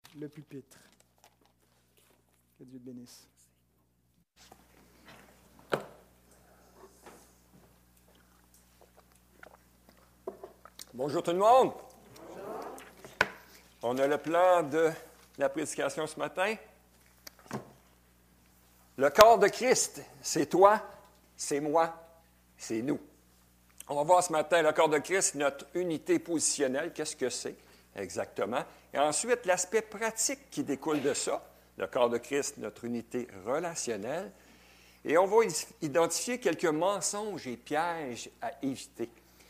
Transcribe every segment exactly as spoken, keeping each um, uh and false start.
le pupitre. Que Dieu te bénisse. Bonjour tout le monde. Bonjour. On a le plan de la prédication ce matin. Le corps de Christ, c'est toi, c'est moi, c'est nous. On va voir ce matin le corps de Christ, notre unité positionnelle, qu'est-ce que c'est exactement. Et ensuite, l'aspect pratique qui découle de ça, le corps de Christ, notre unité relationnelle. Et on va identifier quelques mensonges et pièges à éviter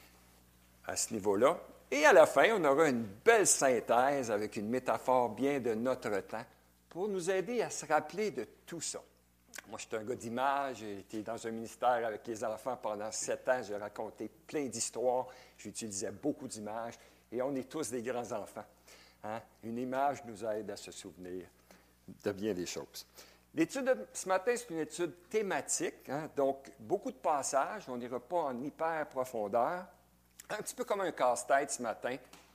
à ce niveau-là. Et à la fin, on aura une belle synthèse avec une métaphore bien de notre temps pour nous aider à se rappeler de tout ça. Moi, je suis un gars d'image, j'ai été dans un ministère avec les enfants pendant sept ans, j'ai raconté plein d'histoires, j'utilisais beaucoup d'images, et on est tous des grands-enfants. Hein? Une image nous aide à se souvenir de bien des choses. L'étude de ce matin, c'est une étude thématique, hein? Donc beaucoup de passages, on n'ira pas en hyper profondeur. Un petit peu comme un casse-tête ce matin,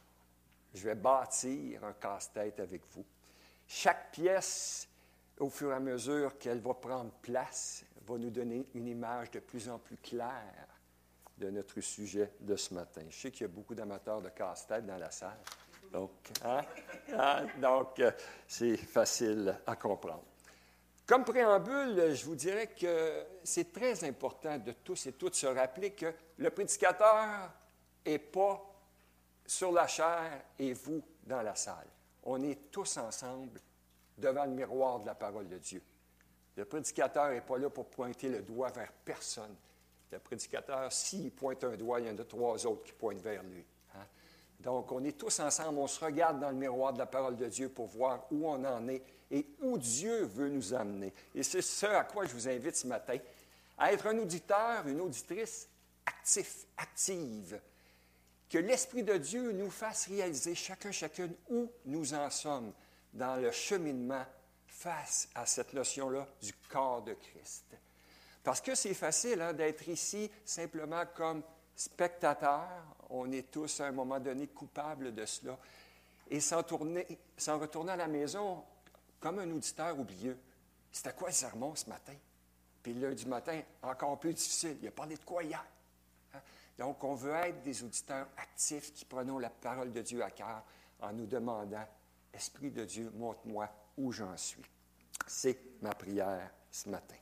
je vais bâtir un casse-tête avec vous. Chaque pièce, au fur et à mesure qu'elle va prendre place, va nous donner une image de plus en plus claire de notre sujet de ce matin. Je sais qu'il y a beaucoup d'amateurs de casse-tête dans la salle, donc, hein? Hein? donc euh, c'est facile à comprendre. Comme préambule, je vous dirais que c'est très important de tous et toutes se rappeler que le prédicateur n'est pas sur la chair et vous dans la salle. On est tous ensemble devant le miroir de la parole de Dieu. Le prédicateur n'est pas là pour pointer le doigt vers personne. Le prédicateur, s'il pointe un doigt, il y en a trois autres qui pointent vers lui. Hein? Donc, on est tous ensemble, on se regarde dans le miroir de la parole de Dieu pour voir où on en est et où Dieu veut nous amener. Et c'est ce à quoi je vous invite ce matin, à être un auditeur, une auditrice actif, active, que l'Esprit de Dieu nous fasse réaliser chacun, chacune où nous en sommes dans le cheminement face à cette notion-là du corps de Christ. Parce que c'est facile hein, d'être ici simplement comme spectateur. On est tous à un moment donné coupables de cela. Et s'en, tourner, s'en retourner à la maison comme un auditeur oublieux. C'était quoi le sermon ce matin? Puis le lundi matin, encore plus difficile. Il a parlé de quoi hier? Hein? Donc, on veut être des auditeurs actifs qui prenons la parole de Dieu à cœur en nous demandant « Esprit de Dieu, montre-moi où j'en suis. » C'est ma prière ce matin.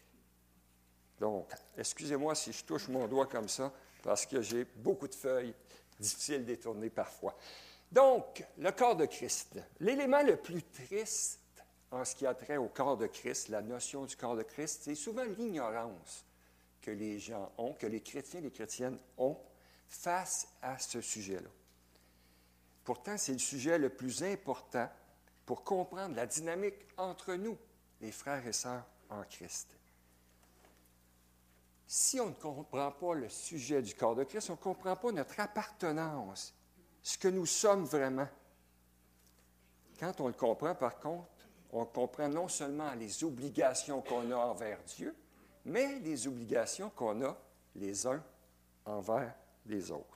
Donc, excusez-moi si je touche mon doigt comme ça, parce que j'ai beaucoup de feuilles, difficiles à détourner parfois. Donc, le corps de Christ. L'élément le plus triste en ce qui a trait au corps de Christ, la notion du corps de Christ, c'est souvent l'ignorance que les gens ont, que les chrétiens et les chrétiennes ont face à ce sujet-là. Pourtant, c'est le sujet le plus important pour comprendre la dynamique entre nous, les frères et sœurs en Christ. Si on ne comprend pas le sujet du corps de Christ, on ne comprend pas notre appartenance, ce que nous sommes vraiment. Quand on le comprend, par contre, on comprend non seulement les obligations qu'on a envers Dieu, mais les obligations qu'on a les uns envers les autres.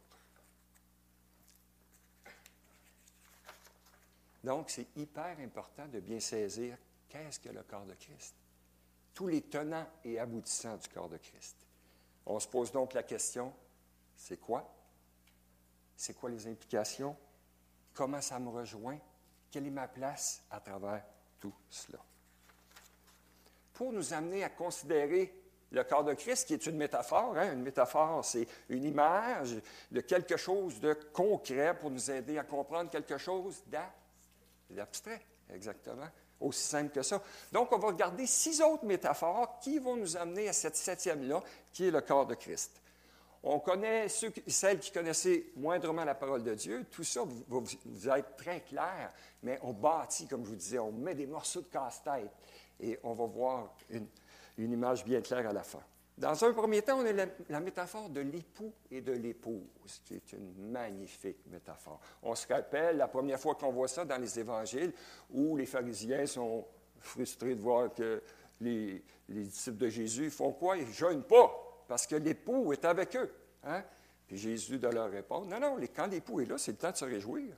Donc, c'est hyper important de bien saisir qu'est-ce que le corps de Christ. Tous les tenants et aboutissants du corps de Christ. On se pose donc la question, c'est quoi? C'est quoi les implications? Comment ça me rejoint? Quelle est ma place à travers tout cela? Pour nous amener à considérer le corps de Christ, qui est une métaphore, hein? Une métaphore, c'est une image de quelque chose de concret pour nous aider à comprendre quelque chose d'abstrait, exactement, aussi simple que ça. Donc, on va regarder six autres métaphores qui vont nous amener à cette septième-là, qui est le corps de Christ. On connaît ceux, celles qui connaissaient moindrement la parole de Dieu. Tout ça va vous, vous être très clair, mais on bâtit, comme je vous disais, on met des morceaux de casse-tête et on va voir une, une image bien claire à la fin. Dans un premier temps, on a la, la métaphore de l'époux et de l'épouse, qui est une magnifique métaphore. On se rappelle la première fois qu'on voit ça dans les évangiles, où les pharisiens sont frustrés de voir que les, les disciples de Jésus font quoi? Ils ne jeûnent pas, parce que l'époux est avec eux. Hein? Puis Jésus de leur répondre, non, non, les, quand l'époux est là, c'est le temps de se réjouir.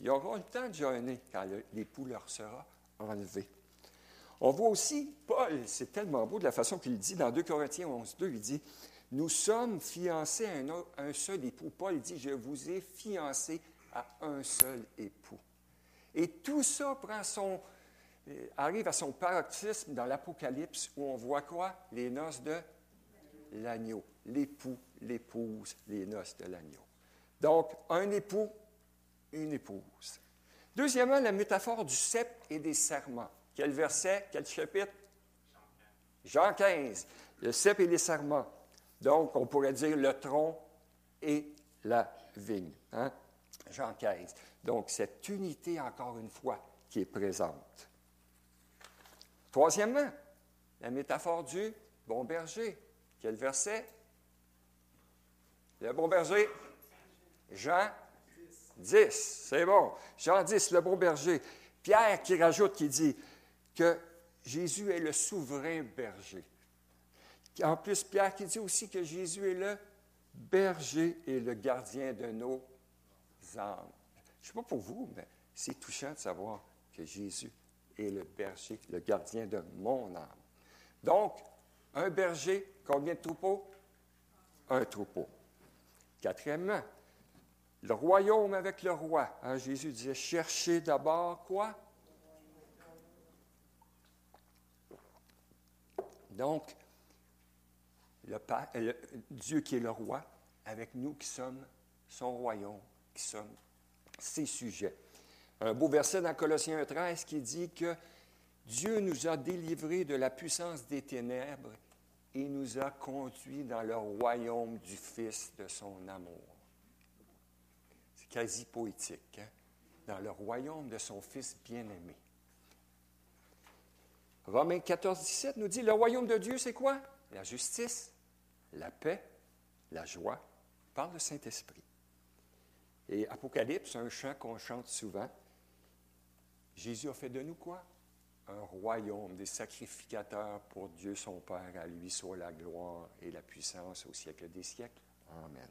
Ils auront le temps de jeûner quand le- l'époux leur sera enlevé. On voit aussi, Paul, c'est tellement beau de la façon qu'il dit dans deux Corinthiens onze, deux, il dit, « Nous sommes fiancés à un, au- un seul époux. » Paul dit, « Je vous ai fiancés à un seul époux. » Et tout ça prend son, euh, arrive à son paroxysme dans l'Apocalypse où on voit quoi? Les noces de l'agneau. L'époux, l'épouse, les noces de l'agneau. Donc, un époux, une épouse. Deuxièmement, la métaphore du sceptre et des serments. Quel verset, quel chapitre? Jean quinze. Le sceptre et les serments. Donc, on pourrait dire le tronc et la vigne. Hein? Jean quinze. Donc, cette unité, encore une fois, qui est présente. Troisièmement, la métaphore du bon berger. Quel verset? Le bon berger. Jean dix. C'est bon. Jean dix, le bon berger. Pierre qui rajoute, qui dit que Jésus est le souverain berger. En plus, Pierre qui dit aussi que Jésus est le berger et le gardien de nos âmes. Je ne sais pas pour vous, mais c'est touchant de savoir que Jésus est le berger, le gardien de mon âme. Donc, un berger, combien de troupeaux? Un troupeau. Quatrièmement, le royaume avec le roi. Hein, Jésus disait, cherchez d'abord quoi? Donc, le Père, le, Dieu qui est le roi, avec nous qui sommes son royaume, qui sommes ses sujets. Un beau verset dans Colossiens un treize qui dit que Dieu nous a délivrés de la puissance des ténèbres et nous a conduits dans le royaume du Fils de son amour. C'est quasi poétique, hein? Dans le royaume de son Fils bien-aimé. Romains quatorze, dix-sept nous dit, le royaume de Dieu, c'est quoi? La justice, la paix, la joie, par le Saint-Esprit. Et Apocalypse, un chant qu'on chante souvent, Jésus a fait de nous quoi? Un royaume des sacrificateurs pour Dieu son Père, à lui soit la gloire et la puissance au siècle des siècles. Amen.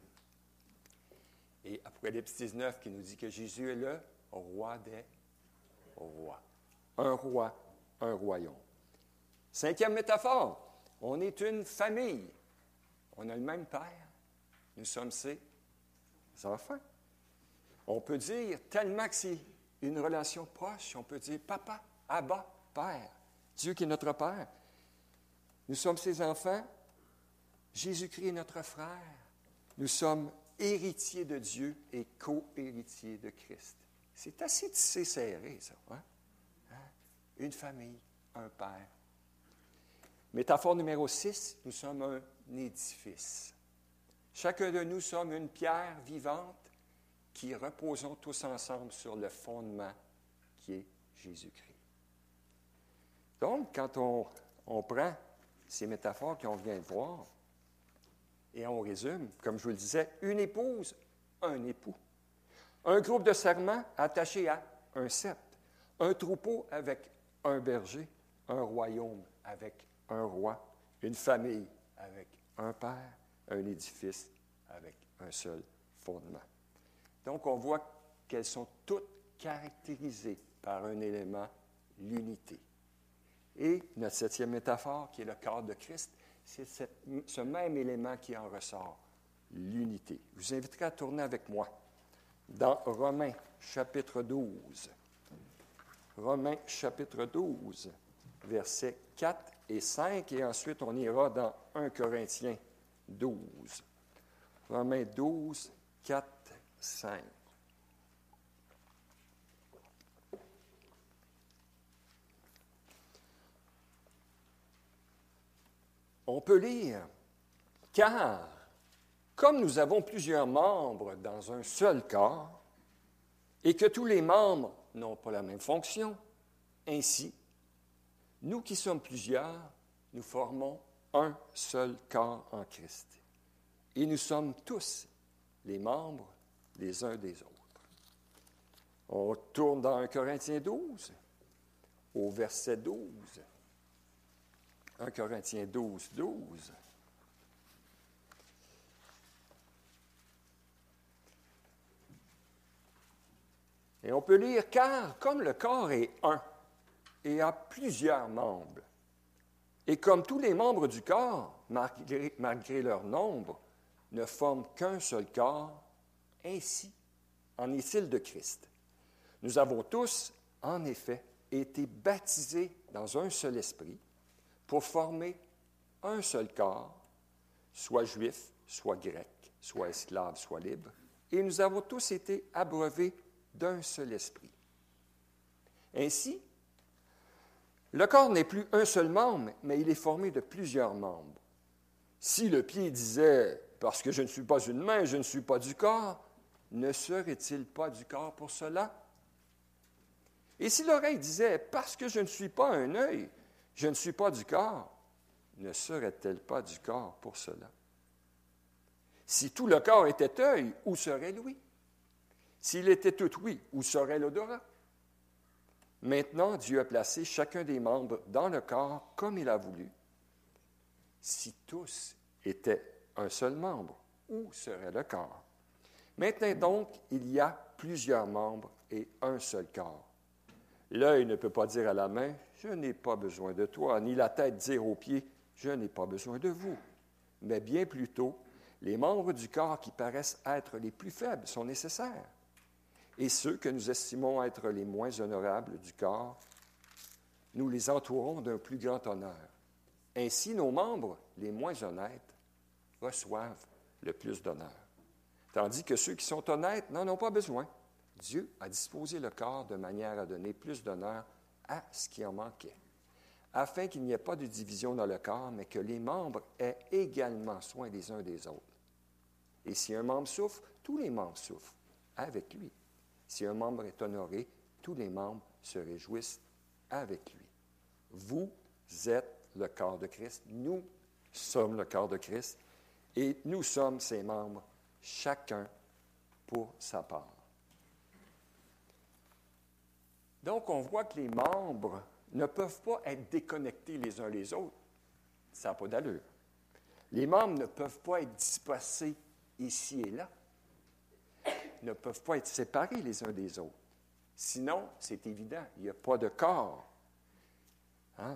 Et Apocalypse dix-neuf qui nous dit que Jésus est le roi des rois. Un roi, un royaume. Cinquième métaphore, on est une famille. On a le même Père. Nous sommes ses enfants. On peut dire, tellement que c'est une relation proche, on peut dire Papa, Abba, Père. Dieu qui est notre Père. Nous sommes ses enfants. Jésus-Christ est notre frère. Nous sommes héritiers de Dieu et co-héritiers de Christ. C'est assez tissé serré, ça. Hein? Hein? Une famille, un Père. Métaphore numéro six, nous sommes un édifice. Chacun de nous sommes une pierre vivante qui reposons tous ensemble sur le fondement qui est Jésus-Christ. Donc, quand on, on prend ces métaphores qu'on vient de voir et on résume, comme je vous le disais, une épouse, un époux. Un groupe de serments attaché à un sceptre. Un troupeau avec un berger. Un royaume avec un roi. Une famille avec un père. Un édifice avec un seul fondement. Donc, on voit qu'elles sont toutes caractérisées par un élément, l'unité. Et notre septième métaphore, qui est le corps de Christ, c'est cette, ce même élément qui en ressort, l'unité. Je vous inviterai à tourner avec moi dans Romains, chapitre douze. Romains, chapitre douze, versets quatre et cinq, et ensuite on ira dans un Corinthiens douze. Romains douze, quatre, cinq. On peut lire, « Car, comme nous avons plusieurs membres dans un seul corps, et que tous les membres n'ont pas la même fonction, ainsi, nous qui sommes plusieurs, nous formons un seul corps en Christ. Et nous sommes tous les membres les uns des autres. » On tourne dans un Corinthiens douze, au verset douze. un Corinthiens douze, douze. Et on peut lire, car comme le corps est un et a plusieurs membres, et comme tous les membres du corps, malgré, malgré leur nombre, ne forment qu'un seul corps, ainsi en est-il de Christ. Nous avons tous, en effet, été baptisés dans un seul esprit pour former un seul corps, soit juif, soit grec, soit esclave, soit libre, et nous avons tous été abreuvés d'un seul esprit. Ainsi, le corps n'est plus un seul membre, mais il est formé de plusieurs membres. Si le pied disait « parce que je ne suis pas une main, je ne suis pas du corps », ne serait-il pas du corps pour cela? Et si l'oreille disait « parce que je ne suis pas un œil, je ne suis pas du corps », ne serait-elle pas du corps pour cela? Si tout le corps était œil, où serait l'ouïe? S'il était tout ouïe, où serait l'odorat? Maintenant, Dieu a placé chacun des membres dans le corps comme il a voulu. Si tous étaient un seul membre, où serait le corps? Maintenant donc, il y a plusieurs membres et un seul corps. L'œil ne peut pas dire à la main, « Je n'ai pas besoin de toi », ni la tête dire aux pieds, « Je n'ai pas besoin de vous ». Mais bien plutôt, les membres du corps qui paraissent être les plus faibles sont nécessaires. Et ceux que nous estimons être les moins honorables du corps, nous les entourons d'un plus grand honneur. Ainsi, nos membres, les moins honnêtes, reçoivent le plus d'honneur. Tandis que ceux qui sont honnêtes n'en ont pas besoin. Dieu a disposé le corps de manière à donner plus d'honneur à ce qui en manquait, afin qu'il n'y ait pas de division dans le corps, mais que les membres aient également soin les uns des autres. Et si un membre souffre, tous les membres souffrent avec lui. Si un membre est honoré, tous les membres se réjouissent avec lui. Vous êtes le corps de Christ, nous sommes le corps de Christ, et nous sommes ses membres, chacun pour sa part. Donc, on voit que les membres ne peuvent pas être déconnectés les uns les autres. Ça n'a pas d'allure. Les membres ne peuvent pas être dispersés ici et là. Ne peuvent pas être séparés les uns des autres. Sinon, c'est évident, il n'y a pas de corps. Hein?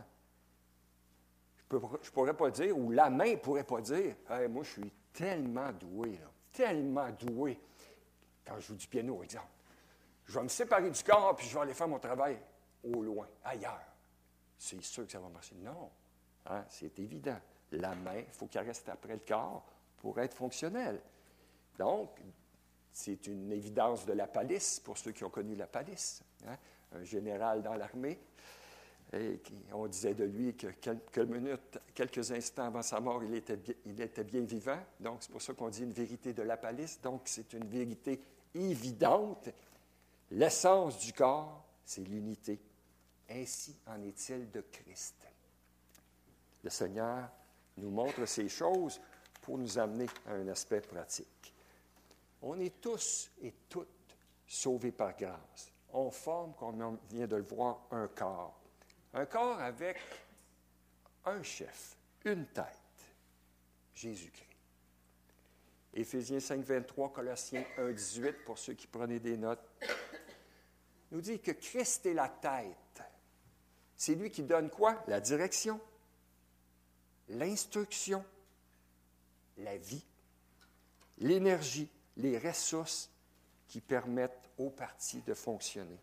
Je ne pourrais pas dire, ou la main ne pourrait pas dire, hey, « Moi, je suis tellement doué, là, tellement doué, quand je joue du piano, exemple. Je vais me séparer du corps, puis je vais aller faire mon travail au loin, ailleurs. C'est sûr que ça va marcher. » Non, hein? C'est évident. La main, il faut qu'elle reste après le corps pour être fonctionnelle. Donc, c'est une évidence de la palisse, pour ceux qui ont connu la palisse. Hein? Un général dans l'armée, et qui, on disait de lui que quelques minutes, quelques instants avant sa mort, il était, bien, il était bien vivant. Donc, c'est pour ça qu'on dit une vérité de la palisse. Donc, c'est une vérité évidente. L'essence du corps, c'est l'unité. Ainsi en est-il de Christ. Le Seigneur nous montre ces choses pour nous amener à un aspect pratique. On est tous et toutes sauvés par grâce. On forme, comme on vient de le voir, un corps. Un corps avec un chef, une tête, Jésus-Christ. Éphésiens cinq, vingt-trois, Colossiens un, dix-huit, pour ceux qui prenaient des notes, nous dit que Christ est la tête. C'est lui qui donne quoi? La direction, l'instruction, la vie, l'énergie, les ressources qui permettent aux parties de fonctionner.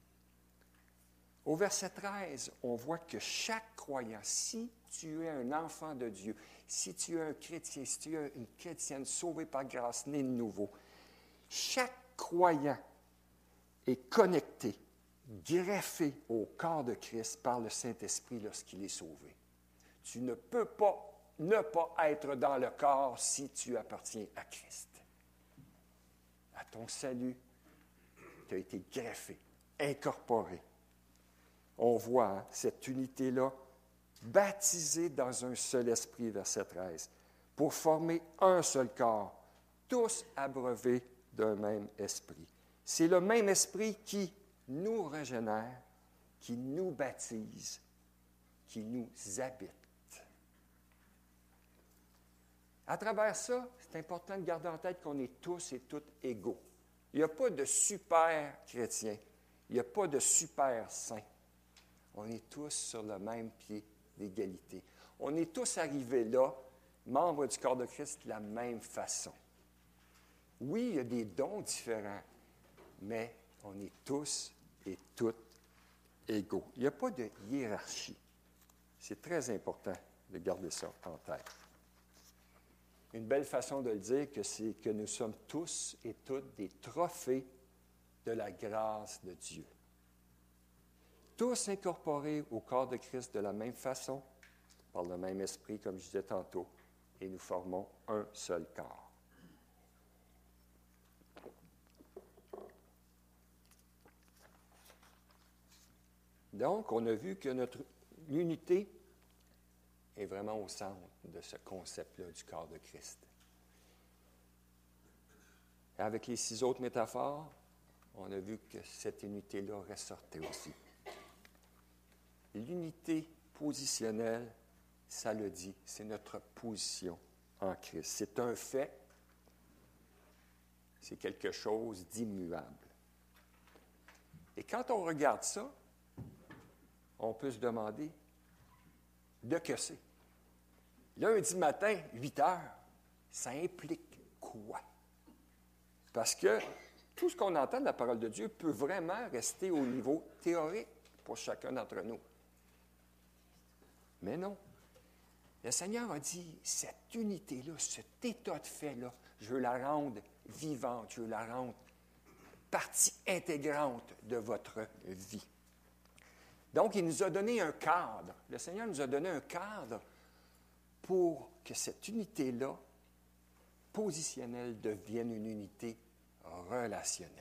Au verset treize, on voit que chaque croyant, si tu es un enfant de Dieu, si tu es un chrétien, si tu es une chrétienne sauvée par grâce, née de nouveau, chaque croyant est connecté, greffé au corps de Christ par le Saint-Esprit lorsqu'il est sauvé. Tu ne peux pas ne pas être dans le corps si tu appartiens à Christ. À ton salut, tu as été greffé, incorporé. On voit hein, cette unité-là baptisée dans un seul esprit, verset treize, pour former un seul corps, tous abreuvés d'un même esprit. C'est le même esprit qui nous régénère, qui nous baptise, qui nous habite. À travers ça, c'est important de garder en tête qu'on est tous et toutes égaux. Il n'y a pas de super chrétien. Il n'y a pas de super saint. On est tous sur le même pied d'égalité. On est tous arrivés là, membres du corps de Christ, de la même façon. Oui, il y a des dons différents, mais on est tous et toutes égaux. Il n'y a pas de hiérarchie. C'est très important de garder ça en tête. Une belle façon de le dire, que c'est que nous sommes tous et toutes des trophées de la grâce de Dieu. Tous incorporés au corps de Christ de la même façon, par le même esprit, comme je disais tantôt, et nous formons un seul corps. Donc, on a vu que notre unité est vraiment au centre de ce concept-là du corps de Christ. Et avec les six autres métaphores, on a vu que cette unité-là ressortait aussi. L'unité positionnelle, ça le dit, c'est notre position en Christ. C'est un fait, c'est quelque chose d'immuable. Et quand on regarde ça, on peut se demander de que c'est. Lundi matin, huit heures, ça implique quoi? Parce que tout ce qu'on entend de la parole de Dieu peut vraiment rester au niveau théorique pour chacun d'entre nous. Mais non. Le Seigneur a dit, cette unité-là, cet état de fait-là, je veux la rendre vivante, je veux la rendre partie intégrante de votre vie. Donc, il nous a donné un cadre. Le Seigneur nous a donné un cadre pour que cette unité-là, positionnelle, devienne une unité relationnelle.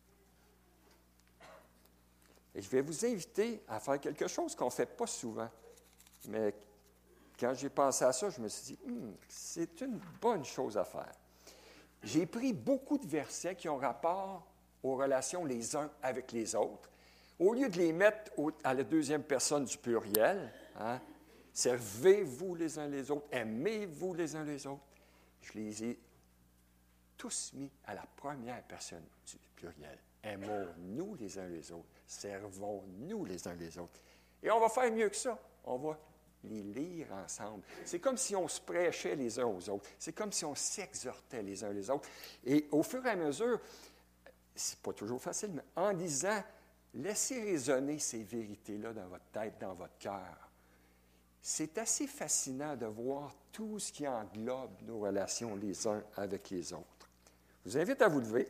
Et je vais vous inviter à faire quelque chose qu'on ne fait pas souvent. Mais quand j'ai pensé à ça, je me suis dit, hm, c'est une bonne chose à faire. J'ai pris beaucoup de versets qui ont rapport aux relations les uns avec les autres. Au lieu de les mettre au, à la deuxième personne du pluriel, hein, servez-vous les uns les autres, aimez-vous les uns les autres, je les ai tous mis à la première personne du pluriel. Aimons-nous les uns les autres, servons-nous les uns les autres. Et on va faire mieux que ça. On va les lire ensemble. C'est comme si on se prêchait les uns aux autres. C'est comme si on s'exhortait les uns les autres. Et au fur et à mesure, c'est pas toujours facile, mais en lisant, laissez résonner ces vérités-là dans votre tête, dans votre cœur. C'est assez fascinant de voir tout ce qui englobe nos relations les uns avec les autres. Je vous invite à vous lever.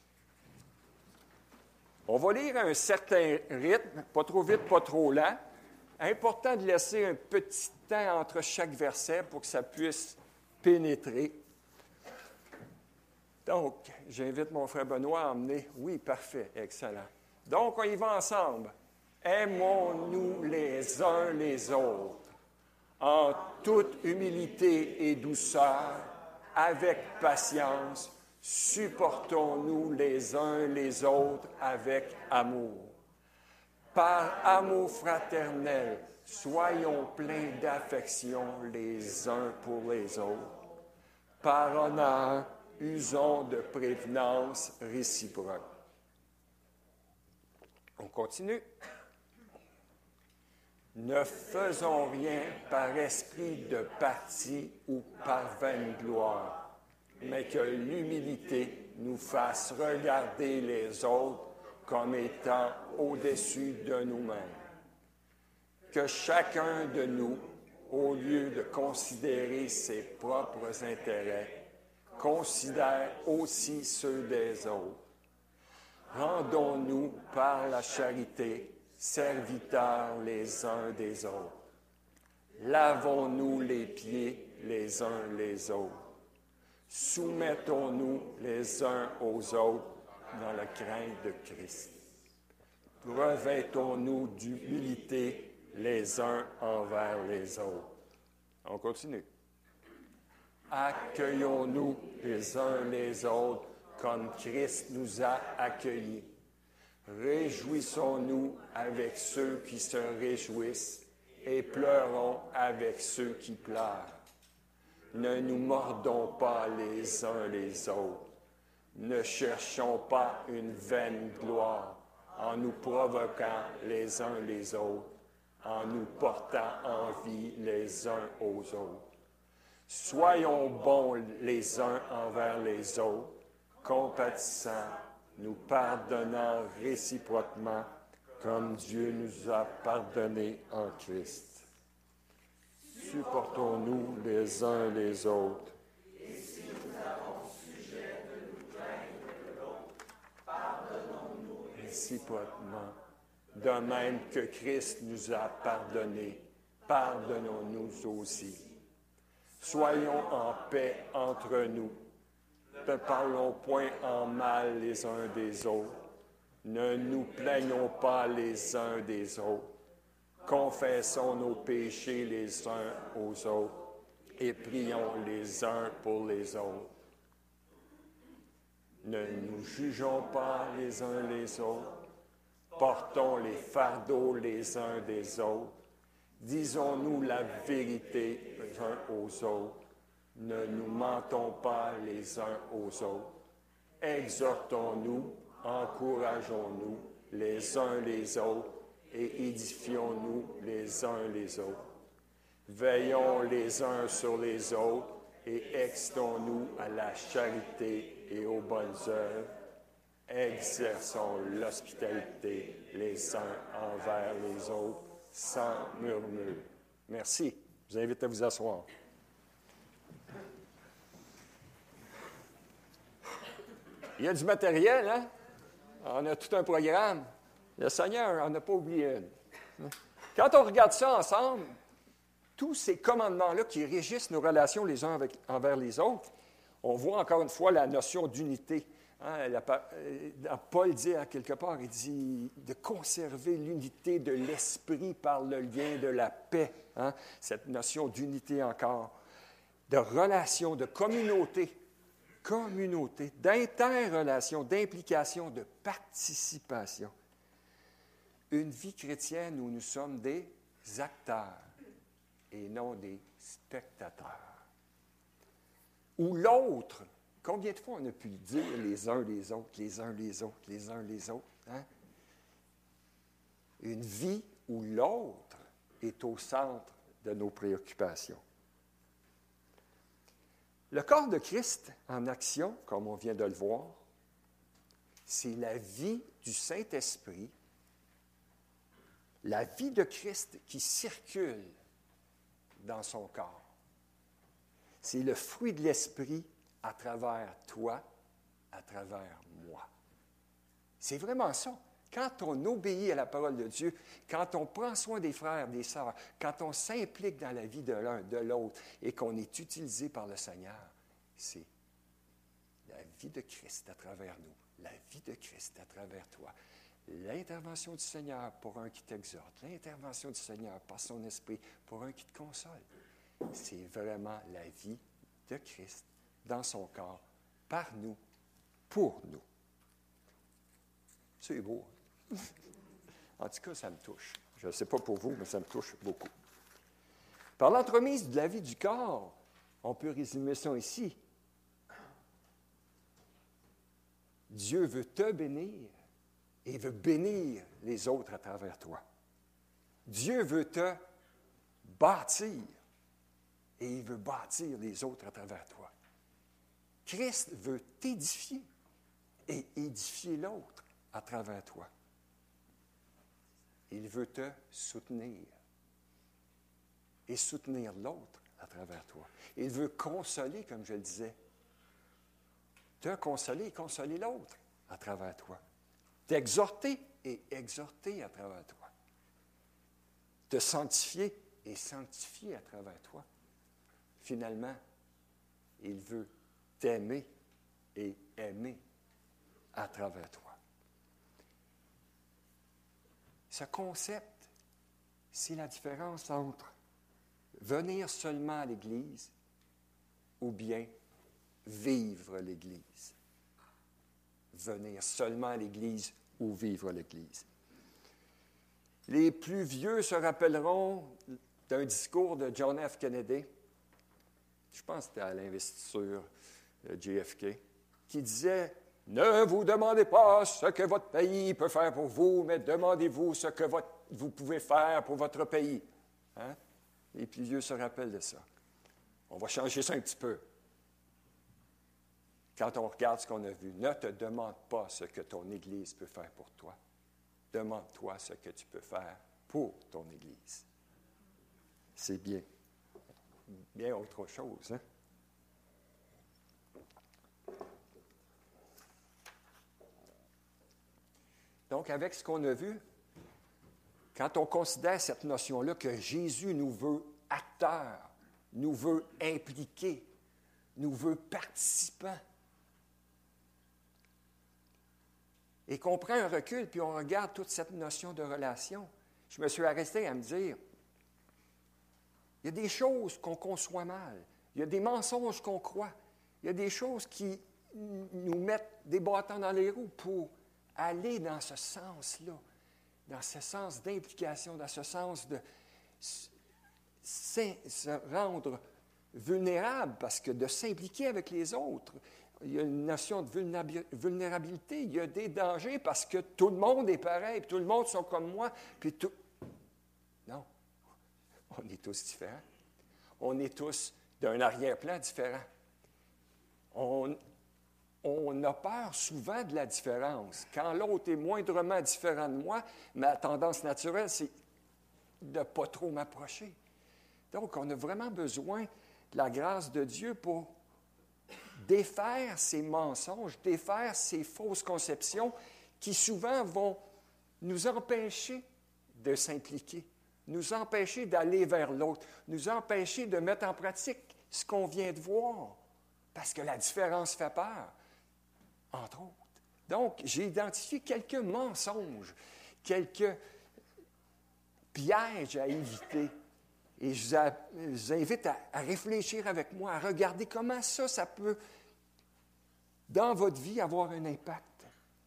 On va lire à un certain rythme, pas trop vite, pas trop lent. Important de laisser un petit temps entre chaque verset pour que ça puisse pénétrer. Donc, j'invite mon frère Benoît à emmener. Oui, parfait, excellent. Donc, on y va ensemble. Aimons-nous les uns les autres, en toute humilité et douceur, avec patience, supportons-nous les uns les autres avec amour. Par amour fraternel, soyons pleins d'affection les uns pour les autres. Par honneur, usons de prévenance réciproque. On continue. Ne faisons rien par esprit de parti ou par vaine gloire, mais que l'humilité nous fasse regarder les autres comme étant au-dessus de nous-mêmes. Que chacun de nous, au lieu de considérer ses propres intérêts, considère aussi ceux des autres. Rendons-nous par la charité serviteurs les uns des autres. Lavons-nous les pieds les uns les autres. Soumettons-nous les uns aux autres dans la crainte de Christ. Revêtons-nous d'humilité les uns envers les autres. On continue. Accueillons-nous les uns les autres comme Christ nous a accueillis. Réjouissons-nous avec ceux qui se réjouissent et pleurons avec ceux qui pleurent. Ne nous mordons pas les uns les autres. Ne cherchons pas une vaine gloire en nous provoquant les uns les autres, en nous portant envie les uns aux autres. Soyons bons les uns envers les autres, compatissants, nous pardonnant réciproquement, comme Dieu nous a pardonné en Christ. Supportons-nous les uns les autres. Et si nous avons sujet de nous plaindre de l'autre, pardonnons-nous réciproquement. De même que Christ nous a pardonnés, pardonnons-nous aussi. Soyons en paix entre nous. Ne parlons point en mal les uns des autres. Ne nous plaignons pas les uns des autres. Confessons nos péchés les uns aux autres et prions les uns pour les autres. Ne nous jugeons pas les uns les autres. Portons les fardeaux les uns des autres. Disons-nous la vérité les uns aux autres. Ne nous mentons pas les uns aux autres. Exhortons-nous, encourageons-nous les uns les autres et édifions-nous les uns les autres. Veillons les uns sur les autres et excitons-nous à la charité et aux bonnes œuvres. Exerçons l'hospitalité les uns envers les autres sans murmure. Merci. Je vous invite à vous asseoir. Il y a du matériel, hein? On a tout un programme. Le Seigneur n'en a pas oublié une. Quand on regarde ça ensemble, tous ces commandements-là qui régissent nos relations les uns avec, envers les autres, on voit encore une fois la notion d'unité. Hein, la, Paul dit à quelque part, il dit de conserver l'unité de l'esprit par le lien de la paix. Hein, cette notion d'unité encore, de relation, de communauté, communauté, d'interrelation, d'implication, de participation. Une vie chrétienne où nous sommes des acteurs et non des spectateurs. Où l'autre, combien de fois on a pu le dire les uns les autres, les uns les autres, les uns les autres, hein? Une vie où l'autre est au centre de nos préoccupations. Le corps de Christ en action, comme on vient de le voir, c'est la vie du Saint-Esprit, la vie de Christ qui circule dans son corps. C'est le fruit de l'Esprit à travers toi, à travers moi. C'est vraiment ça. Quand on obéit à la parole de Dieu, quand on prend soin des frères, des sœurs, quand on s'implique dans la vie de l'un, de l'autre et qu'on est utilisé par le Seigneur, c'est la vie de Christ à travers nous, la vie de Christ à travers toi. L'intervention du Seigneur pour un qui t'exhorte, l'intervention du Seigneur par son esprit pour un qui te console. C'est vraiment la vie de Christ dans son corps, par nous, pour nous. C'est beau. En tout cas, ça me touche. Je ne sais pas pour vous, mais ça me touche beaucoup. Par l'entremise de la vie du corps, on peut résumer ça ici. Dieu veut te bénir et veut bénir les autres à travers toi. Dieu veut te bâtir et il veut bâtir les autres à travers toi. Christ veut t'édifier et édifier l'autre à travers toi. Il veut te soutenir et soutenir l'autre à travers toi. Il veut consoler, comme je le disais. Te consoler et consoler l'autre à travers toi. T'exhorter et exhorter à travers toi. Te sanctifier et sanctifier à travers toi. Finalement, il veut t'aimer et aimer à travers toi. Ce concept, c'est la différence entre venir seulement à l'Église ou bien vivre l'Église. Venir seulement à l'Église ou vivre l'Église. Les plus vieux se rappelleront d'un discours de John F. Kennedy. Je pense que c'était à l'investiture de J F K. qui disait « Ne vous demandez pas ce que votre pays peut faire pour vous, mais demandez-vous ce que votre, vous pouvez faire pour votre pays. Hein? » Les plus vieux se rappellent de ça. On va changer ça un petit peu. Quand on regarde ce qu'on a vu, ne te demande pas ce que ton Église peut faire pour toi. Demande-toi ce que tu peux faire pour ton Église. C'est bien. Bien autre chose, hein? Donc, avec ce qu'on a vu, quand on considère cette notion-là que Jésus nous veut acteurs, nous veut impliqués, nous veut participants, et qu'on prend un recul, puis on regarde toute cette notion de relation, je me suis arrêté à me dire, il y a des choses qu'on conçoit mal, il y a des mensonges qu'on croit, il y a des choses qui nous mettent des bâtons dans les roues pour aller dans ce sens-là, dans ce sens d'implication, dans ce sens de se rendre vulnérable, parce que de s'impliquer avec les autres, il y a une notion de vulnérabilité, il y a des dangers parce que tout le monde est pareil, puis tout le monde sont comme moi, puis tout... Non, on est tous différents. On est tous d'un arrière-plan différent. On, on a peur souvent de la différence. Quand l'autre est moindrement différent de moi, ma tendance naturelle, c'est de ne pas trop m'approcher. Donc, on a vraiment besoin de la grâce de Dieu pour défaire ces mensonges, défaire ces fausses conceptions qui souvent vont nous empêcher de s'impliquer, nous empêcher d'aller vers l'autre, nous empêcher de mettre en pratique ce qu'on vient de voir, parce que la différence fait peur, entre autres. Donc, j'ai identifié quelques mensonges, quelques pièges à éviter. Et je vous invite à, à réfléchir avec moi, à regarder comment ça, ça peut, dans votre vie, avoir un impact.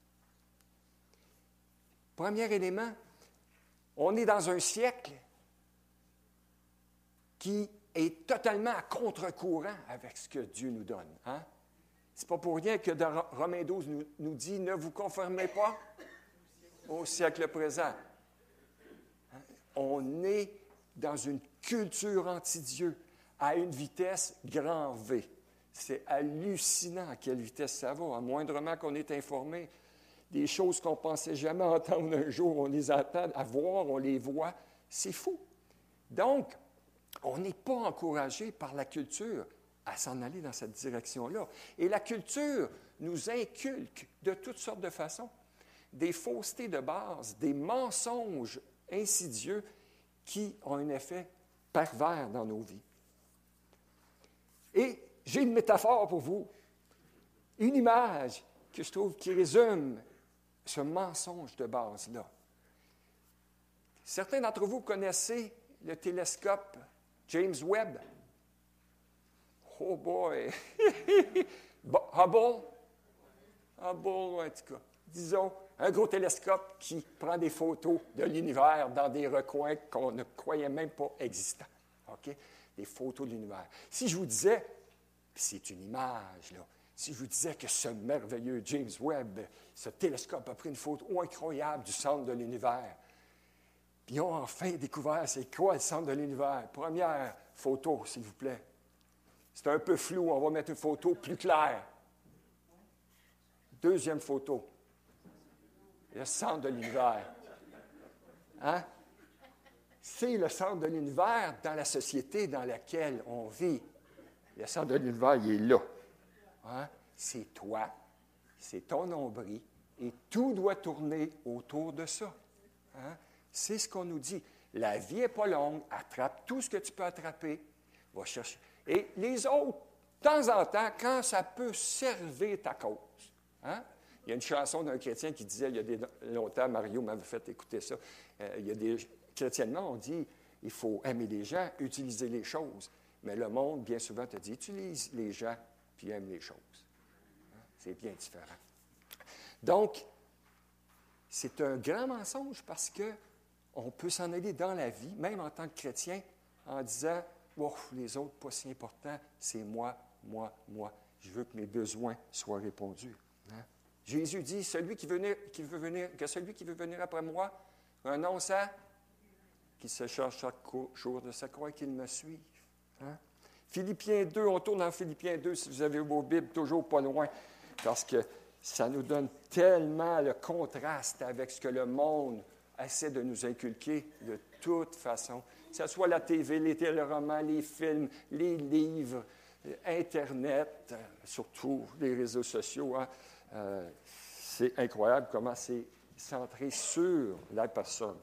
Premier élément, on est dans un siècle qui est totalement à contre-courant avec ce que Dieu nous donne. Hein? Ce n'est pas pour rien que dans Romains douze nous, nous dit « Ne vous conformez pas au siècle présent. Hein? » On est dans une culture anti-Dieu, à une vitesse grand V. C'est hallucinant à quelle vitesse ça va, à moindrement qu'on est informé. Des choses qu'on ne pensait jamais entendre un jour, on les entend, à voir, on les voit. C'est fou. Donc, on n'est pas encouragé par la culture à s'en aller dans cette direction-là. Et la culture nous inculque de toutes sortes de façons des faussetés de base, des mensonges insidieux qui ont un effet pervers dans nos vies. Et j'ai une métaphore pour vous, une image que je trouve qui résume ce mensonge de base-là. Certains d'entre vous connaissez le télescope James Webb. Oh boy! Hubble? Hubble, en tout cas. Disons, un gros télescope qui prend des photos de l'univers dans des recoins qu'on ne croyait même pas existants. OK? Des photos de l'univers. Si je vous disais, puis c'est une image, là, si je vous disais que ce merveilleux James Webb, ce télescope a pris une photo incroyable du centre de l'univers, puis ils ont enfin découvert c'est quoi le centre de l'univers. Première photo, s'il vous plaît. C'est un peu flou, on va mettre une photo plus claire. Deuxième photo. Le centre de l'univers. Hein? C'est le centre de l'univers dans la société dans laquelle on vit. Le centre de l'univers, il est là. Hein? C'est toi, c'est ton nombril, et tout doit tourner autour de ça. Hein? C'est ce qu'on nous dit. La vie n'est pas longue, attrape tout ce que tu peux attraper, va chercher. Et les autres, de temps en temps, quand ça peut servir ta cause. Hein? Il y a une chanson d'un chrétien qui disait, il y a des, longtemps, Mario m'avait fait écouter ça, euh, il y a des, chrétiennement, on dit, il faut aimer les gens, utiliser les choses. Mais le monde, bien souvent, te dit, utilise les gens, puis aime les choses. Hein? C'est bien différent. Donc, c'est un grand mensonge parce qu'on peut s'en aller dans la vie, même en tant que chrétien, en disant, oh, les autres, pas si importants, c'est moi, moi, moi. Je veux que mes besoins soient répondus. Hein? Jésus dit, celui qui, venir, qui veut venir, que celui qui veut venir après moi renonce à, qu'il se charge chaque jour de sa croix et qu'il me suive. Hein? Philippiens deux, on tourne dans Philippiens deux, si vous avez vos Bibles, toujours pas loin, parce que ça nous donne tellement le contraste avec ce que le monde essaie de nous inculquer de toute façon. Que ce soit la T V, les téléromans, les films, les livres, Internet, surtout les réseaux sociaux. Hein? Euh, c'est incroyable comment c'est centré sur la personne.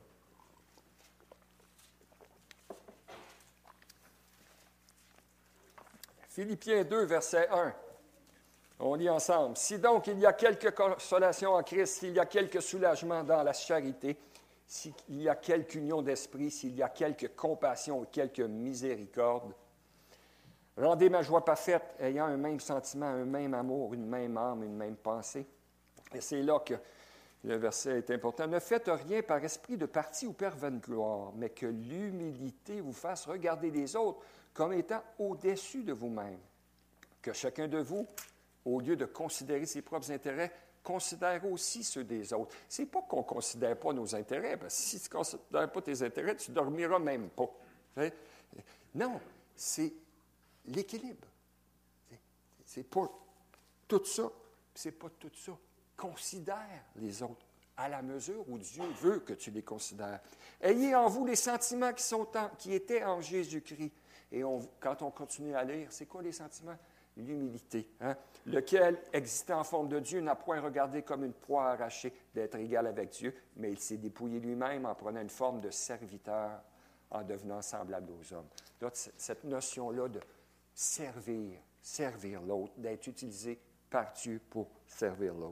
Philippiens deux, verset un. On lit ensemble. « Si donc il y a quelque consolation en Christ, s'il y a quelque soulagement dans la charité, s'il y a quelque union d'esprit, s'il y a quelque compassion ou quelque miséricorde, rendez ma joie parfaite, ayant un même sentiment, un même amour, une même âme, une même pensée. » Et c'est là que le verset est important. « Ne faites rien par esprit de parti ou par vaine gloire, mais que l'humilité vous fasse regarder les autres comme étant au-dessus de vous-même. Que chacun de vous, au lieu de considérer ses propres intérêts, considère aussi ceux des autres. Ce n'est pas qu'on ne considère pas nos intérêts, parce que si tu ne considères pas tes intérêts, tu ne dormiras même pas. Non, c'est l'équilibre. C'est pas tout ça, c'est pas tout ça. Considère les autres à la mesure où Dieu veut que tu les considères. Ayez en vous les sentiments qui, sont en, qui étaient en Jésus-Christ. Et on, quand on continue à lire, c'est quoi les sentiments? L'humilité, hein? Lequel, existant en forme de Dieu, n'a point regardé comme une proie arrachée d'être égal avec Dieu, mais il s'est dépouillé lui-même en prenant une forme de serviteur, en devenant semblable aux hommes. Donc, cette notion-là de servir, servir l'autre, d'être utilisé par Dieu pour servir l'autre.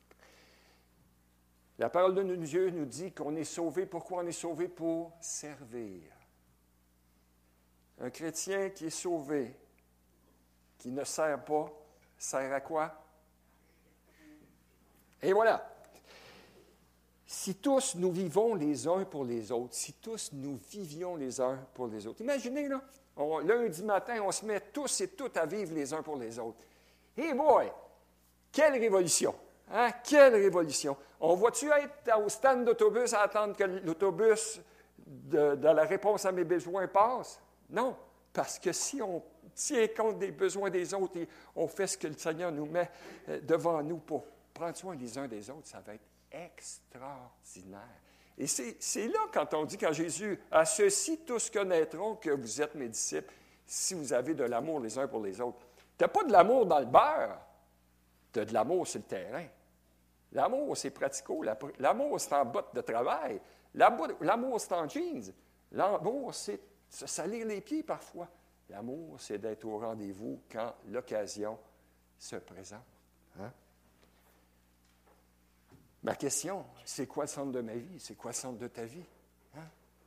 La parole de Dieu nous dit qu'on est sauvé. Pourquoi on est sauvé? Pour servir. Un chrétien qui est sauvé, qui ne sert pas, sert à quoi? Et voilà. Si tous nous vivons les uns pour les autres, si tous nous vivions les uns pour les autres. Imaginez, là, on, lundi matin, on se met tous et toutes à vivre les uns pour les autres. Hey boy! Quelle révolution! Hein? Quelle révolution! On va-tu être au stand d'autobus à attendre que l'autobus de, de la réponse à mes besoins passe? Non, parce que si on tient compte des besoins des autres et on fait ce que le Seigneur nous met devant nous pour prendre soin les uns des autres, ça va être extraordinaire. Et c'est, c'est là, quand on dit, quand Jésus, « À ceux-ci tous connaîtront que vous êtes mes disciples, si vous avez de l'amour les uns pour les autres. » Tu n'as pas de l'amour dans le beurre, tu as de l'amour sur le terrain. L'amour, c'est pratico. L'amour, c'est en botte de travail. L'amour, c'est en jeans. L'amour, c'est se salir les pieds parfois. L'amour, c'est d'être au rendez-vous quand l'occasion se présente. Hein? Ma question, c'est quoi le centre de ma vie? C'est quoi le centre de ta vie? Hein?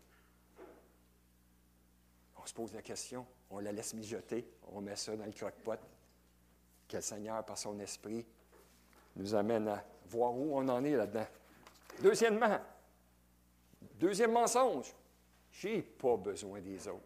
On se pose la question, on la laisse mijoter, on met ça dans le croque-pot. Que le Seigneur, par son esprit, nous amène à voir où on en est là-dedans. Deuxièmement, deuxième mensonge, je n'ai pas besoin des autres.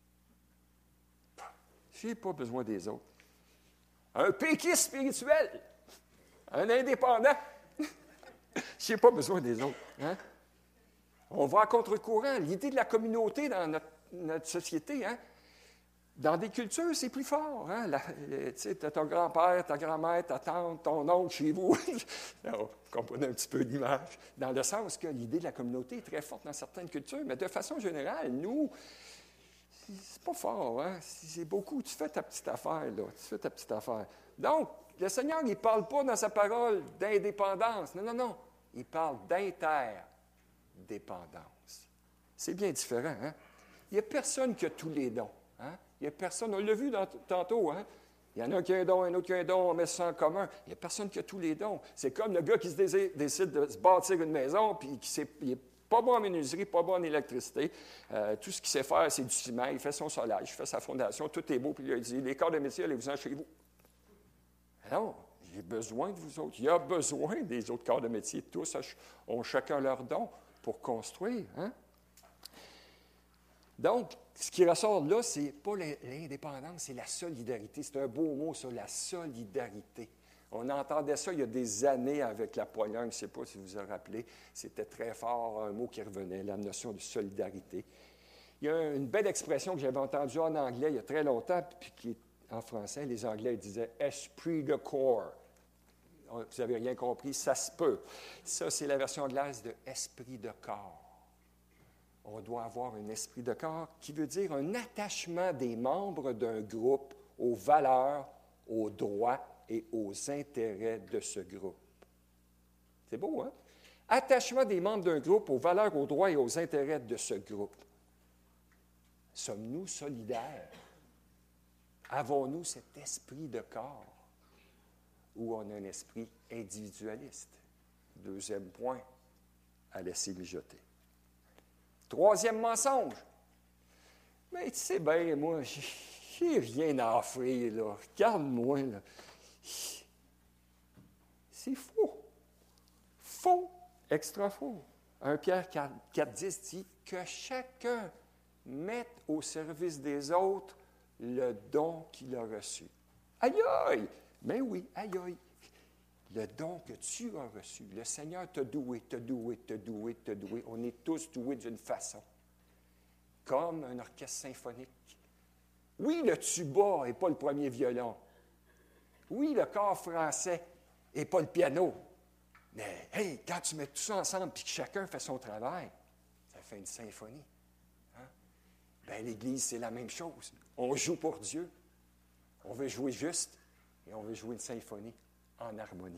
Je n'ai pas besoin des autres. Un péquiste spirituel, un indépendant, je n'ai pas besoin des autres. Hein? On va à contre-courant. L'idée de la communauté dans notre, notre société, hein? Dans des cultures, c'est plus fort. Hein? Tu sais, tu as ton grand-père, ta grand-mère, ta tante, ton oncle chez vous. Vous comprenez un petit peu l'image. Dans le sens que l'idée de la communauté est très forte dans certaines cultures, mais de façon générale, nous, c'est pas fort. Hein? C'est beaucoup. Tu fais ta petite affaire, là. Tu fais ta petite affaire. Donc, le Seigneur, il ne parle pas dans sa parole d'indépendance. Non, non, non. Il parle d'interdépendance. C'est bien différent. Hein? Il n'y a personne qui a tous les dons. Hein? Il n'y a personne, on l'a vu dans, tantôt, hein? Il y en a un qui a un don, un autre qui a un don, on met ça en commun. Il n'y a personne qui a tous les dons. C'est comme le gars qui se désire, décide de se bâtir une maison, puis qui n'est pas bon en menuiserie, pas bon en électricité. Euh, tout ce qu'il sait faire, c'est du ciment. Il fait son solage, il fait sa fondation, tout est beau, puis il a dit, les corps de métier, allez-vous-en chez vous. Non, j'ai besoin de vous autres. Il y a besoin des autres corps de métier. Tous ont chacun leur don pour construire. Hein? Donc, ce qui ressort là, ce n'est pas l'indépendance, c'est la solidarité. C'est un beau mot, ça, la solidarité. On entendait ça il y a des années avec la Pologne, je ne sais pas si vous vous en rappelez. C'était très fort, un mot qui revenait, la notion de solidarité. Il y a une belle expression que j'avais entendue en anglais il y a très longtemps, puis qui est en français, les Anglais disaient « esprit de corps ». Vous n'avez rien compris, ça se peut. Ça, c'est la version anglaise de « esprit de corps ». On doit avoir un esprit de corps qui veut dire un attachement des membres d'un groupe aux valeurs, aux droits et aux intérêts de ce groupe. C'est beau, hein? Attachement des membres d'un groupe aux valeurs, aux droits et aux intérêts de ce groupe. Sommes-nous solidaires? Avons-nous cet esprit de corps ou on a un esprit individualiste? Deuxième point à laisser mijoter. Troisième mensonge. Mais tu sais bien, moi, j'ai rien à offrir, là. Regarde-moi, là. C'est faux. Faux, extra faux. un Pierre quatre dix dit que chacun mette au service des autres le don qu'il a reçu. Aïe aïe! Mais oui, aïe aïe! Le don que tu as reçu, le Seigneur t'a doué, t'a doué, t'a doué, t'a doué. On est tous doués d'une façon. Comme un orchestre symphonique. Oui, le tuba n'est pas le premier violon. Oui, le corps français n'est pas le piano. Mais, hey, quand tu mets tout ça ensemble et que chacun fait son travail, ça fait une symphonie. Hein? Bien, l'Église, c'est la même chose. On joue pour Dieu. On veut jouer juste et on veut jouer une symphonie en harmonie.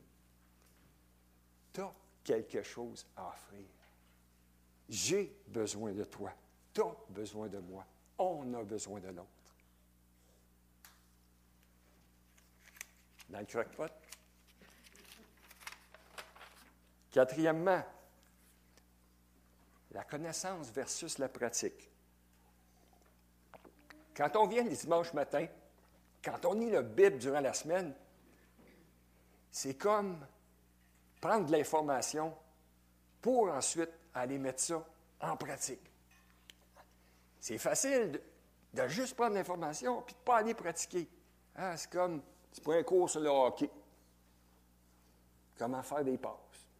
Tu as quelque chose à offrir. J'ai besoin de toi. Tu as besoin de moi. On a besoin de l'autre. Dans le croque-pot. Quatrièmement, la connaissance versus la pratique. Quand on vient les dimanches matin, quand on lit la Bible durant la semaine, c'est comme prendre de l'information pour ensuite aller mettre ça en pratique. C'est facile de, de juste prendre l'information puis de ne pas aller pratiquer. Hein, c'est comme, tu prends un cours sur le hockey. Comment faire des passes.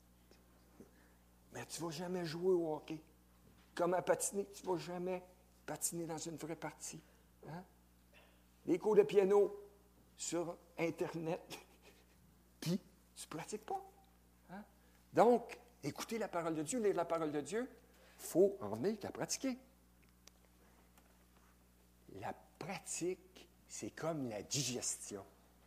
Mais tu ne vas jamais jouer au hockey. Comment patiner, tu ne vas jamais patiner dans une vraie partie. Hein? Les cours de piano sur Internet, puis tu ne pratiques pas. Hein? Donc, écouter la parole de Dieu, lire la parole de Dieu, il faut en venir la pratiquer. La pratique, c'est comme la digestion.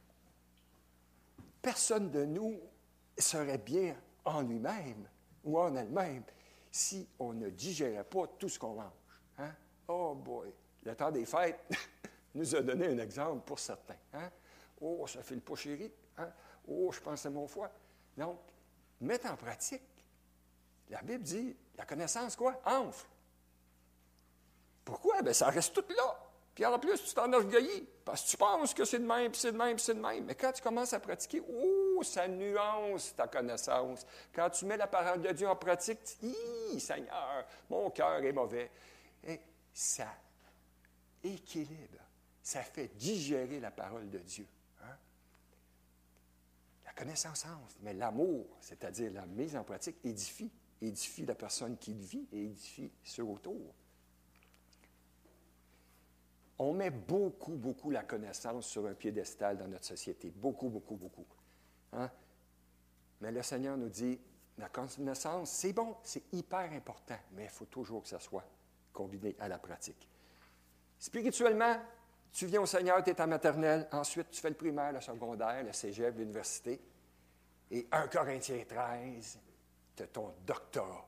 Personne de nous serait bien en lui-même ou en elle-même si on ne digérait pas tout ce qu'on mange. Hein? Oh boy! Le temps des fêtes nous a donné un exemple pour certains. Hein? Oh, ça fait le pas chéri. Hein? Oh, je pense à mon foie. Donc, mettre en pratique. La Bible dit, la connaissance, quoi? Enfle. Pourquoi? Bien, ça reste tout là. Puis en plus, tu t'enorgueillis, parce que tu penses que c'est de même, puis c'est de même, puis c'est de même. Mais quand tu commences à pratiquer, oh, ça nuance ta connaissance. Quand tu mets la parole de Dieu en pratique, tu dis, hi, Seigneur, mon cœur est mauvais. Et ça équilibre, ça fait digérer la parole de Dieu. Hein? La connaissance enfle, mais l'amour, c'est-à-dire la mise en pratique, édifie. Édifie la personne qui le vit et édifie ceux autour. On met beaucoup, beaucoup la connaissance sur un piédestal dans notre société. Beaucoup, beaucoup, beaucoup. Hein? Mais le Seigneur nous dit, la connaissance, c'est bon, c'est hyper important, mais il faut toujours que ça soit combiné à la pratique. Spirituellement, tu viens au Seigneur, tu es en maternelle, ensuite tu fais le primaire, le secondaire, le cégep, l'université, et un Corinthiens treize, tu as ton doctorat.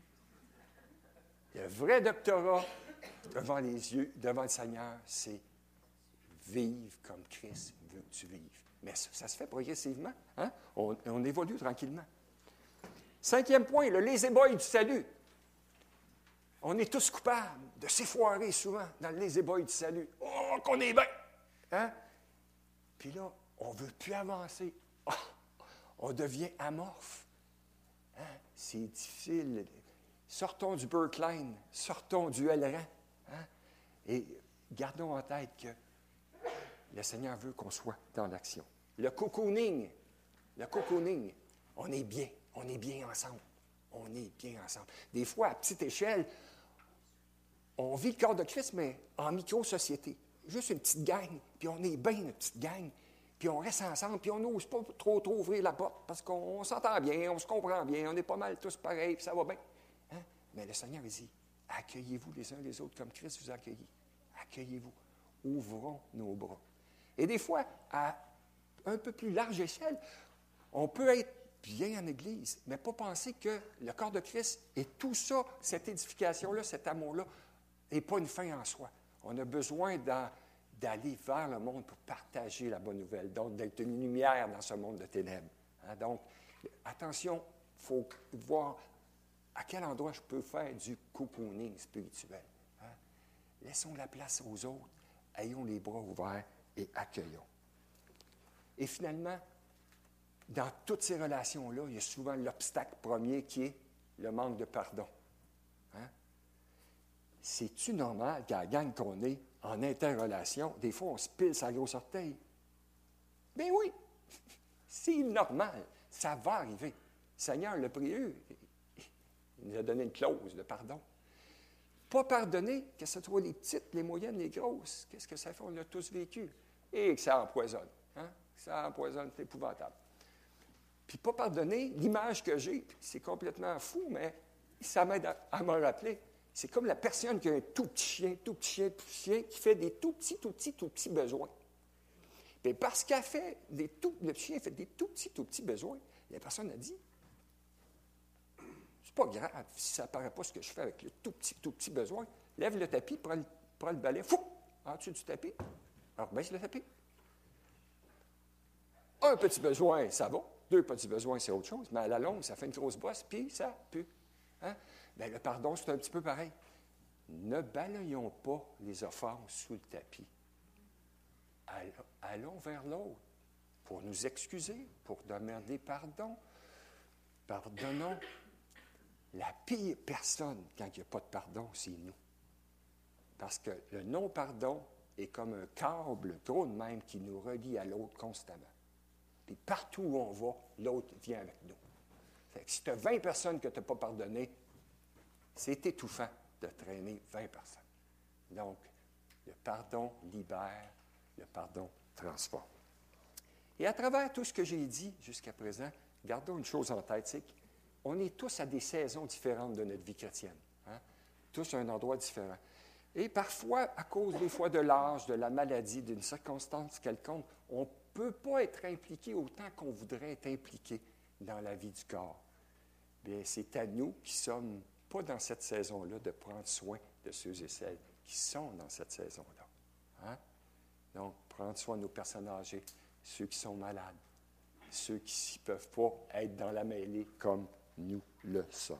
Le vrai doctorat, devant les yeux, devant le Seigneur, c'est vivre comme Christ veut que tu vives. Mais ça, ça se fait progressivement. Hein? On, on évolue tranquillement. Cinquième point, le lazy-boy du salut. On est tous coupables de s'effoirer souvent dans le lazy-boy du salut. Oh, qu'on est bien! Hein? Puis là, on ne veut plus avancer. Oh, on devient amorphe. Hein? C'est difficile. Sortons du Berkline, sortons du L R A. Hein? Et gardons en tête que le Seigneur veut qu'on soit dans l'action. Le cocooning, le cocooning, on est bien, on est bien ensemble. On est bien ensemble. Des fois, à petite échelle, on vit le corps de Christ, mais en micro-société. Juste une petite gang, puis on est bien une petite gang, puis on reste ensemble, puis on n'ose pas trop, trop ouvrir la porte parce qu'on s'entend bien, on se comprend bien, on est pas mal tous pareils, puis ça va bien. Hein? Mais le Seigneur, il dit, accueillez-vous les uns les autres comme Christ vous a accueillis. Accueillez-vous. Ouvrons nos bras. Et des fois, à un peu plus large échelle, on peut être bien en Église, mais pas penser que le corps de Christ et tout ça, cette édification-là, cet amour-là, n'est pas une fin en soi. On a besoin d'en, d'aller vers le monde pour partager la bonne nouvelle, donc d'être une lumière dans ce monde de ténèbres. Hein? Donc, attention, il faut voir à quel endroit je peux faire du cocooning spirituel. Hein? Laissons la place aux autres, ayons les bras ouverts et accueillons. Et finalement, dans toutes ces relations-là, il y a souvent l'obstacle premier qui est le manque de pardon. Hein? C'est-tu normal qu'à la gang qu'on est en interrelation, des fois on se pile sa grosse orteil? Bien oui, c'est normal, ça va arriver. Le Seigneur l'a prévu, il nous a donné une clause de pardon. Pas pardonner, que ce soit les petites, les moyennes, les grosses, qu'est-ce que ça fait? On l'a tous vécu. Et que ça empoisonne. Hein? Ça empoisonne, c'est épouvantable. Puis pas pardonner, l'image que j'ai, c'est complètement fou, mais ça m'aide à, à me rappeler. C'est comme la personne qui a un tout petit chien, tout petit chien, tout petit chien, qui fait des tout petits, tout petits, tout petits besoins. Puis parce qu'elle fait des tout, le chien fait des tout petits, tout petits besoins, la personne a dit, c'est pas grave si ça ne paraît pas ce que je fais avec le tout petit, tout petit besoin. Lève le tapis, prends le, prends le balai, fou, en dessous du tapis, alors baisse le tapis. Un petit besoin, ça va. Deux petits besoins, c'est autre chose. Mais à la longue, ça fait une grosse bosse, puis ça pue. Hein? Bien, le pardon, c'est un petit peu pareil. Ne balayons pas les offenses sous le tapis. Allons vers l'autre pour nous excuser, pour demander pardon. Pardonnons. La pire personne, quand il n'y a pas de pardon, c'est nous. Parce que le non-pardon est comme un câble gros de même qui nous relie à l'autre constamment. Puis partout où on va, l'autre vient avec nous. Fait que si tu as vingt personnes que tu n'as pas pardonnées, c'est étouffant de traîner vingt personnes. Donc, le pardon libère, le pardon transforme. Et à travers tout ce que j'ai dit jusqu'à présent, gardons une chose en tête, c'est qu'on est tous à des saisons différentes de notre vie chrétienne. Hein? Tous à un endroit différent. Et parfois, à cause des fois de l'âge, de la maladie, d'une circonstance quelconque, on ne peut pas être impliqué autant qu'on voudrait être impliqué dans la vie du corps. Bien, c'est à nous qui ne sommes pas dans cette saison-là de prendre soin de ceux et celles qui sont dans cette saison-là. Hein? Donc, prendre soin de nos personnes âgées, ceux qui sont malades, ceux qui ne peuvent pas être dans la mêlée comme nous le sommes.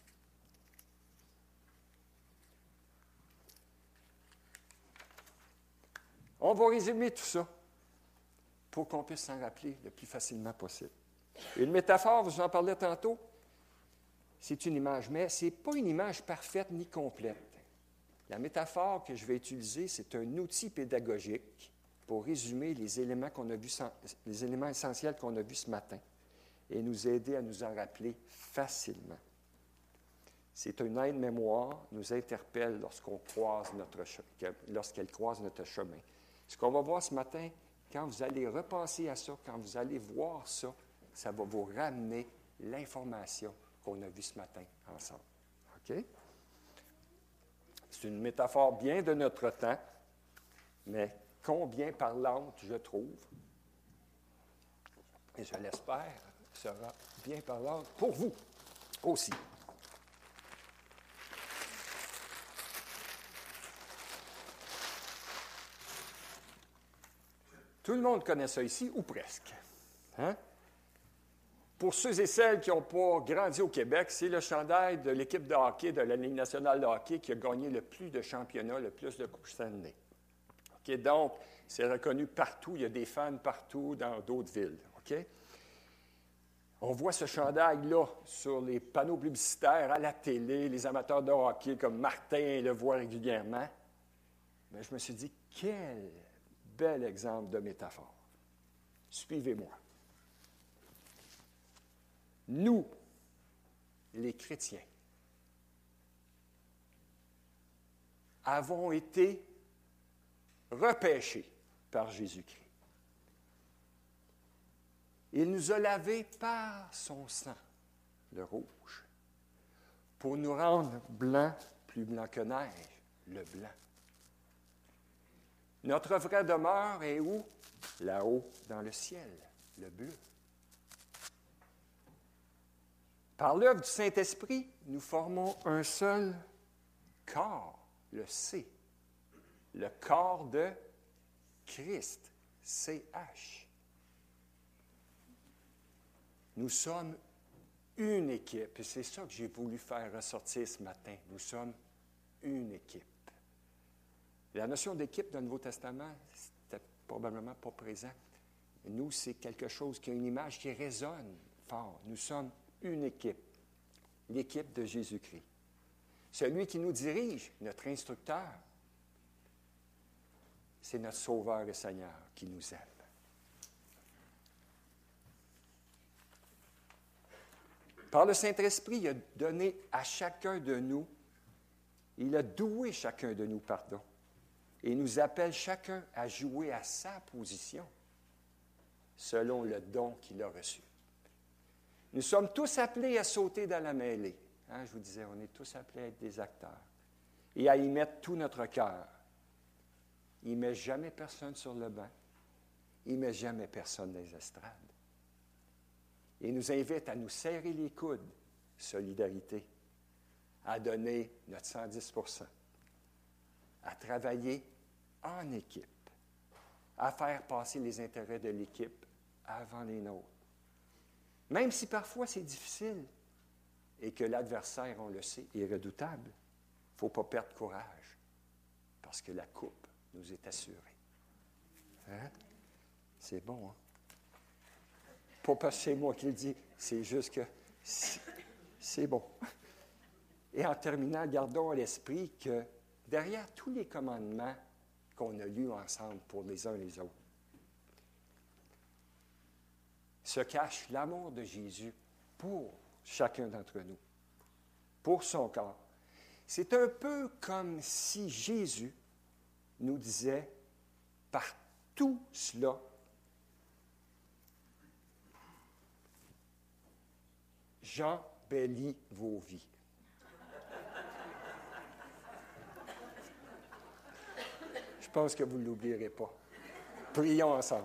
On va résumer tout ça pour qu'on puisse s'en rappeler le plus facilement possible. Une métaphore, vous en parlez tantôt, c'est une image, mais ce n'est pas une image parfaite ni complète. La métaphore que je vais utiliser, c'est un outil pédagogique pour résumer les éléments, qu'on a vus, les éléments essentiels qu'on a vus ce matin et nous aider à nous en rappeler facilement. C'est une aide-mémoire, nous interpelle lorsqu'on croise notre che- lorsqu'elle croise notre chemin. Ce qu'on va voir ce matin, quand vous allez repenser à ça, quand vous allez voir ça, ça va vous ramener l'information qu'on a vue ce matin ensemble. OK? C'est une métaphore bien de notre temps, mais combien parlante, je trouve, et je l'espère, sera bien parlante pour vous aussi. Tout le monde connaît ça ici, ou presque. Hein? Pour ceux et celles qui n'ont pas grandi au Québec, c'est le chandail de l'équipe de hockey de la Ligue nationale de hockey qui a gagné le plus de championnats, le plus de Coupes Stanley. Okay? Donc, c'est reconnu partout. Il y a des fans partout dans d'autres villes. Okay? On voit ce chandail-là sur les panneaux publicitaires, à la télé, les amateurs de hockey comme Martin le voient régulièrement. Mais je me suis dit, quel bel exemple de métaphore. Suivez-moi. Nous, les chrétiens, avons été repêchés par Jésus-Christ. Il nous a lavés par son sang, le rouge, pour nous rendre blancs, plus blancs que neige, le blanc. Notre vraie demeure est où? Là-haut, dans le ciel, le bleu. Par l'œuvre du Saint-Esprit, nous formons un seul corps, le C, le corps de Christ, C H. Nous sommes une équipe, et c'est ça que j'ai voulu faire ressortir ce matin. Nous sommes une équipe. La notion d'équipe dans le Nouveau Testament, c'était probablement pas présent. Nous, c'est quelque chose qui a une image qui résonne fort. Nous sommes une équipe, l'équipe de Jésus-Christ. Celui qui nous dirige, notre instructeur, c'est notre Sauveur et Seigneur qui nous aime. Par le Saint-Esprit, il a donné à chacun de nous, il a doué chacun de nous, pardon, et nous appelle chacun à jouer à sa position, selon le don qu'il a reçu. Nous sommes tous appelés à sauter dans la mêlée. Hein, je vous disais, on est tous appelés à être des acteurs et à y mettre tout notre cœur. Il ne met jamais personne sur le banc. Il ne met jamais personne dans les estrades. Il nous invite à nous serrer les coudes, solidarité, à donner notre cent dix pour cent, à travailler en équipe, à faire passer les intérêts de l'équipe avant les nôtres. Même si parfois c'est difficile et que l'adversaire, on le sait, est redoutable, il ne faut pas perdre courage parce que la coupe nous est assurée. Hein? C'est bon, hein? Pas parce que c'est moi qui le dis, c'est juste que c'est, c'est bon. Et en terminant, gardons à l'esprit que derrière tous les commandements qu'on a lus ensemble pour les uns et les autres, se cache l'amour de Jésus pour chacun d'entre nous, pour son corps. C'est un peu comme si Jésus nous disait, par tout cela, j'embellis vos vies. Je pense que vous ne l'oublierez pas. Prions ensemble.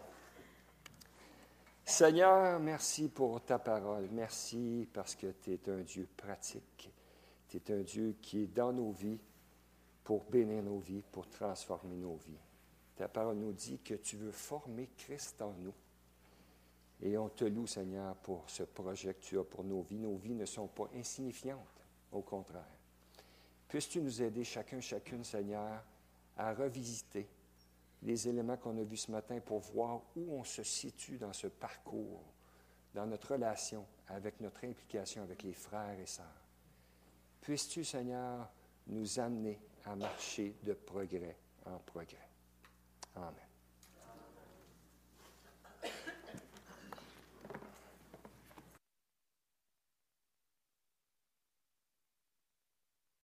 Seigneur, merci pour ta parole. Merci parce que tu es un Dieu pratique. Tu es un Dieu qui est dans nos vies pour bénir nos vies, pour transformer nos vies. Ta parole nous dit que tu veux former Christ en nous. Et on te loue, Seigneur, pour ce projet que tu as pour nos vies. Nos vies ne sont pas insignifiantes, au contraire. Puisses-tu nous aider chacun, chacune, Seigneur, à revisiter les éléments qu'on a vus ce matin pour voir où on se situe dans ce parcours, dans notre relation avec notre implication avec les frères et sœurs. Puisses-tu, Seigneur, nous amener à marcher de progrès en progrès. Amen.